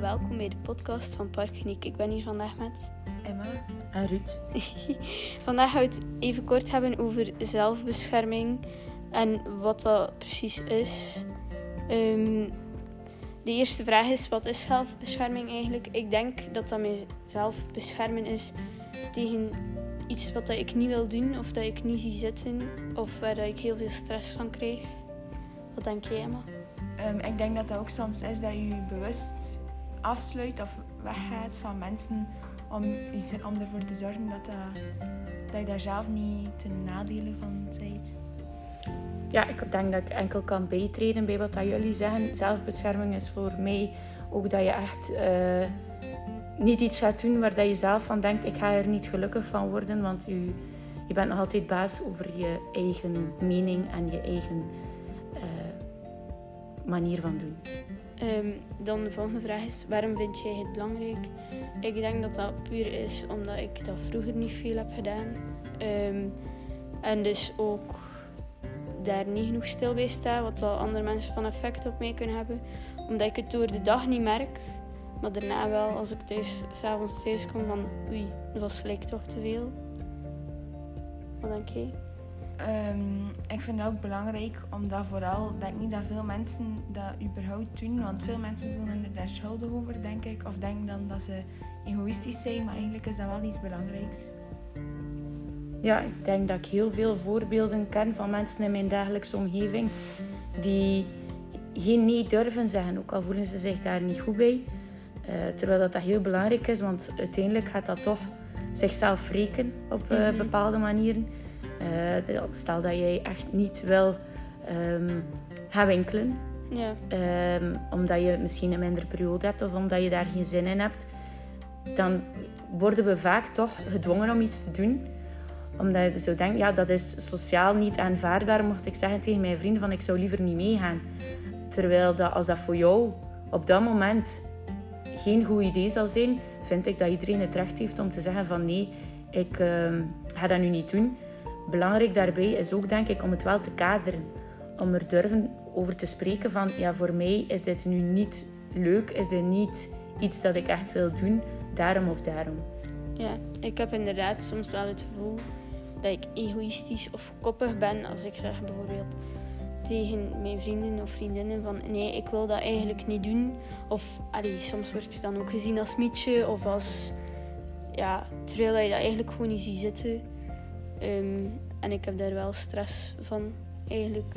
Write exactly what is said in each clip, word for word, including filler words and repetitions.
welkom bij de podcast van Parkkliniek. Ik ben hier vandaag met Emma en Ruud. Vandaag gaan we het even kort hebben over zelfbescherming en wat dat precies is. Um, de eerste vraag is, wat is zelfbescherming eigenlijk? Ik denk dat dat mezelf beschermen is tegen iets wat dat ik niet wil doen of dat ik niet zie zitten of waar dat ik heel veel stress van krijg. Wat denk jij, Emma? Um, ik denk dat dat ook soms is dat je je bewust afsluit of weggaat van mensen om, om ervoor te zorgen dat, dat, dat je daar zelf niet ten nadele van bent. Ja, ik denk dat ik enkel kan bijtreden bij wat dat jullie zeggen. Zelfbescherming is voor mij ook dat je echt uh, niet iets gaat doen waar dat je zelf van denkt, ik ga er niet gelukkig van worden, want je, je bent nog altijd baas over je eigen mening en je eigen uh, manier van doen. Um, dan de volgende vraag is, waarom vind jij het belangrijk? Ik denk dat dat puur is omdat ik dat vroeger niet veel heb gedaan. Um, en dus ook daar niet genoeg stil bij sta, wat al andere mensen van effect op mij kunnen hebben. Omdat ik het door de dag niet merk, maar daarna wel als ik thuis, 's avonds thuis kom van oei, dat was gelijk toch te veel. Wat denk jij? Um, ik vind dat ook belangrijk, omdat vooral denk niet dat veel mensen dat überhaupt doen. Want veel mensen voelen er daar schuldig over, denk ik. Of denken dan dat ze egoïstisch zijn, maar eigenlijk is dat wel iets belangrijks. Ja, ik denk dat ik heel veel voorbeelden ken van mensen in mijn dagelijkse omgeving die geen nee durven zeggen, ook al voelen ze zich daar niet goed bij. Uh, terwijl dat, dat heel belangrijk is, want uiteindelijk gaat dat toch zichzelf wreken op uh, mm-hmm. bepaalde manieren. Uh, stel dat jij echt niet wil um, gaan winkelen, ja. um, omdat je misschien een mindere periode hebt of omdat je daar geen zin in hebt, dan worden we vaak toch gedwongen om iets te doen. Omdat je zo denkt, ja, dat is sociaal niet aanvaardbaar, mocht ik zeggen tegen mijn vrienden van ik zou liever niet meegaan. Terwijl dat, als dat voor jou op dat moment geen goed idee zou zijn, vind ik dat iedereen het recht heeft om te zeggen van nee, ik uh, ga dat nu niet doen. Belangrijk daarbij is ook, denk ik, om het wel te kaderen. Om er durven over te spreken van, ja, voor mij is dit nu niet leuk, is dit niet iets dat ik echt wil doen, daarom of daarom. Ja, ik heb inderdaad soms wel het gevoel dat ik egoïstisch of koppig ben als ik zeg bijvoorbeeld tegen mijn vrienden of vriendinnen van nee, ik wil dat eigenlijk niet doen. Of allee, soms word je dan ook gezien als mietje of als, ja, terwijl je dat eigenlijk gewoon niet ziet zitten. Um, en ik heb daar wel stress van, eigenlijk.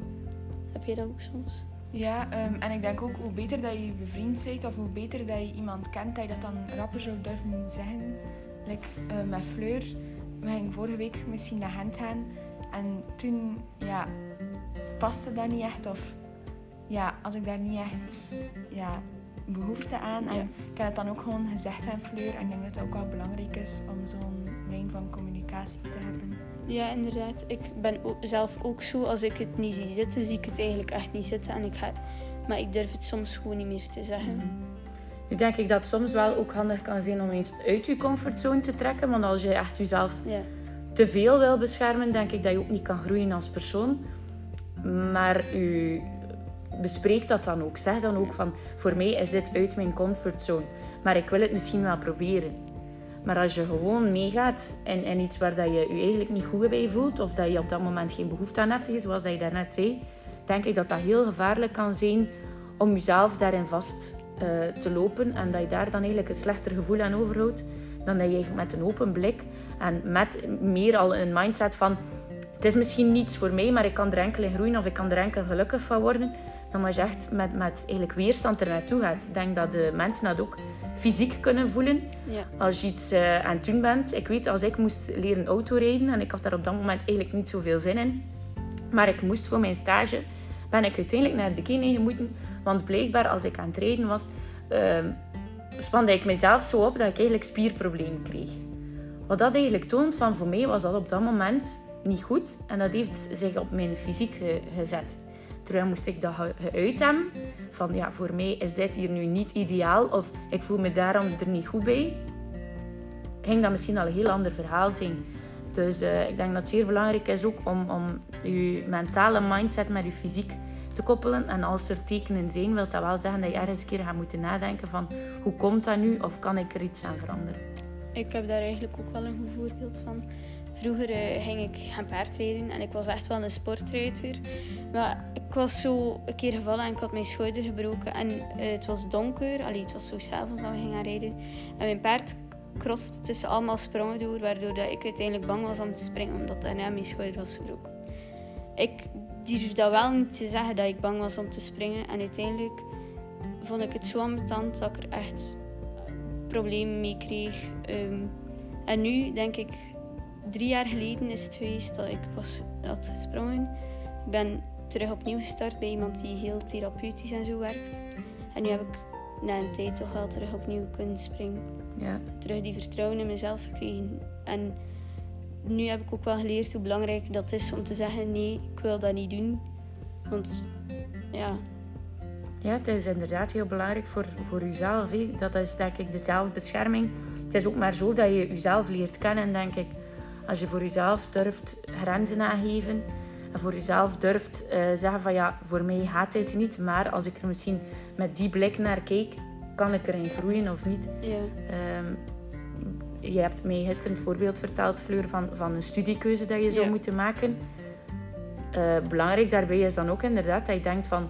Heb jij dat ook soms? Ja, um, en ik denk ook hoe beter dat je bevriend bent of hoe beter dat je iemand kent, dat je dat dan rapper zou durven zeggen. Like, uh, met Fleur, we gingen vorige week misschien naar Gent gaan en toen, ja, paste dat niet echt of ja, als ik daar niet echt, ja, behoefte aan. Ja. En ik heb het dan ook gewoon gezegd aan Fleur en ik denk dat het ook wel belangrijk is om zo'n lijn van communicatie te hebben. Ja, inderdaad. Ik ben ook, zelf ook zo. Als ik het niet zie zitten, zie ik het eigenlijk echt niet zitten. En ik ga, maar ik durf het soms gewoon niet meer te zeggen. Mm-hmm. Nu denk ik dat het soms wel ook handig kan zijn om eens uit je comfortzone te trekken. Want als je echt jezelf ja. te veel wil beschermen, denk ik dat je ook niet kan groeien als persoon. Maar u bespreekt dat dan ook. Zeg dan ook van, voor mij is dit uit mijn comfortzone. Maar ik wil het misschien wel proberen. Maar als je gewoon meegaat in, in iets waar dat je je eigenlijk niet goed bij voelt, of dat je op dat moment geen behoefte aan hebt, zoals dat je daarnet zei, denk ik dat dat heel gevaarlijk kan zijn om jezelf daarin vast uh, te lopen. En dat je daar dan eigenlijk het slechter gevoel aan overhoudt, dan dat je met een open blik en met meer al een mindset van het is misschien niets voor mij, maar ik kan er enkel in groeien of ik kan er enkel gelukkig van worden, dan als je echt met, met eigenlijk weerstand er naartoe gaat. Ik denk dat de mensen dat ook fysiek kunnen voelen. Ja. Als je iets uh, aan het doen bent. Ik weet, als ik moest leren autorijden en ik had daar op dat moment eigenlijk niet zoveel zin in, maar ik moest voor mijn stage, ben ik uiteindelijk naar de kine moeten, want blijkbaar als ik aan het rijden was, uh, spande ik mezelf zo op dat ik eigenlijk spierproblemen kreeg. Wat dat eigenlijk toont van voor mij was dat op dat moment niet goed en dat heeft zich op mijn fysiek ge- gezet. Terwijl moest ik dat geuit hebben van ja, voor mij is dit hier nu niet ideaal of ik voel me daarom er niet goed bij, ging dat misschien al een heel ander verhaal zijn. Dus uh, ik denk dat het zeer belangrijk is ook om, om je mentale mindset met je fysiek te koppelen. En als er tekenen zijn, wil dat wel zeggen dat je ergens een keer gaat moeten nadenken van hoe komt dat nu of kan ik er iets aan veranderen? Ik heb daar eigenlijk ook wel een goed voorbeeld van. Vroeger uh, ging ik gaan paardrijden en ik was echt wel een sportruiter. Maar ik was zo een keer gevallen en ik had mijn schouder gebroken. En uh, het was donker, allee, het was zo 's avonds dat we gingen rijden. En mijn paard crosste tussen allemaal sprongen door, waardoor dat ik uiteindelijk bang was om te springen, omdat daarna mijn schouder was gebroken. Ik durf dat wel niet te zeggen dat ik bang was om te springen. En uiteindelijk vond ik het zo ambetant dat ik er echt problemen mee kreeg. Um, en nu denk ik... Drie jaar geleden is het geweest dat ik was, had gesprongen. Ik ben terug opnieuw gestart bij iemand die heel therapeutisch en zo werkt. En nu heb ik na een tijd toch wel terug opnieuw kunnen springen. Ja. Terug die vertrouwen in mezelf gekregen. En nu heb ik ook wel geleerd hoe belangrijk dat is om te zeggen nee, ik wil dat niet doen. Want ja... Ja, het is inderdaad heel belangrijk voor, voor jezelf. Hè. Dat is denk ik de zelfbescherming. Het is ook maar zo dat je jezelf leert kennen, denk ik. Als je voor jezelf durft grenzen aangeven en voor jezelf durft uh, zeggen van ja, voor mij gaat dit niet, maar als ik er misschien met die blik naar kijk, kan ik erin groeien of niet. Ja. Um, je hebt mij gisteren het voorbeeld verteld, Fleur, van, van een studiekeuze dat je zou Ja. moeten maken. Uh, belangrijk daarbij is dan ook inderdaad dat je denkt van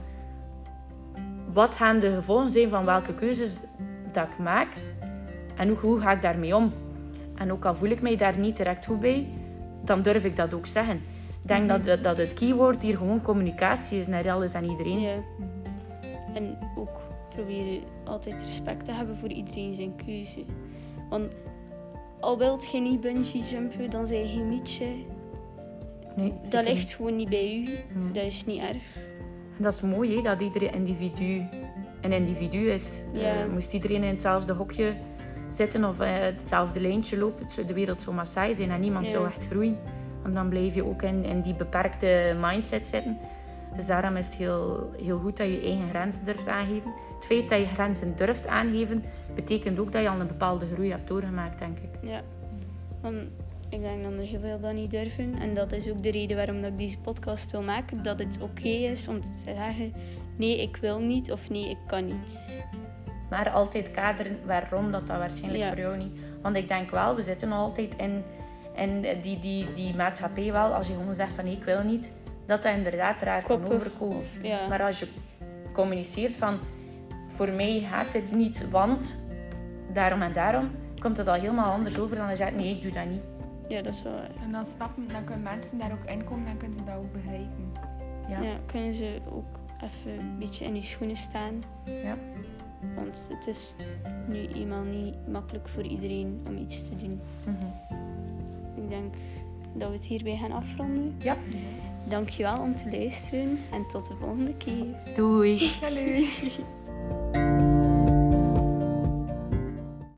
wat gaan de gevolgen zijn van welke keuzes dat ik maak en hoe, hoe ga ik daarmee om? En ook al voel ik mij daar niet direct goed bij, dan durf ik dat ook zeggen. Ik denk mm-hmm. dat, dat het keyword hier gewoon communicatie is naar alles en iedereen. Ja. En ook proberen altijd respect te hebben voor iedereen zijn keuze. Want al wilt je niet bungee jumpen, dan zijn je geen mietje. Nee, dat ligt niet. gewoon niet bij u. Mm. Dat is niet erg. En dat is mooi, hè, dat ieder individu een individu is. Ja. Uh, moest iedereen in hetzelfde hokje zitten of uh, hetzelfde lijntje lopen, de wereld zou maar saai zijn en niemand ja. zou echt groeien. Want dan blijf je ook in, in die beperkte mindset zitten. Dus daarom is het heel, heel goed dat je eigen grenzen durft aangeven. Het feit dat je grenzen durft aangeven, betekent ook dat je al een bepaalde groei hebt doorgemaakt, denk ik. Ja, want ik denk dat er heel veel dat niet durven. En dat is ook de reden waarom dat ik deze podcast wil maken. Dat het oké okay is om te zeggen, nee, ik wil niet of nee, ik kan niet. Maar altijd kaderen waarom dat, dat waarschijnlijk ja. voor jou niet. Want ik denk wel, we zitten nog altijd in, in die, die, die maatschappij wel. Als je gewoon zegt van nee, ik wil niet, dat dat inderdaad raar kan overkomen. Of, ja. Maar als je communiceert van voor mij gaat dit niet, want daarom en daarom, komt het al helemaal anders over dan als je zegt nee, ik doe dat niet. Ja, dat is wel waar. En dan snappen, dan kunnen mensen daar ook in komen, dan kunnen ze dat ook begrijpen. Ja, ja kunnen ze ook even een beetje in je schoenen staan. Ja. Want het is nu eenmaal niet makkelijk voor iedereen om iets te doen. Mm-hmm. Ik denk dat we het hierbij gaan afronden. Ja. Dankjewel om te luisteren en tot de volgende keer. Doei. Salut.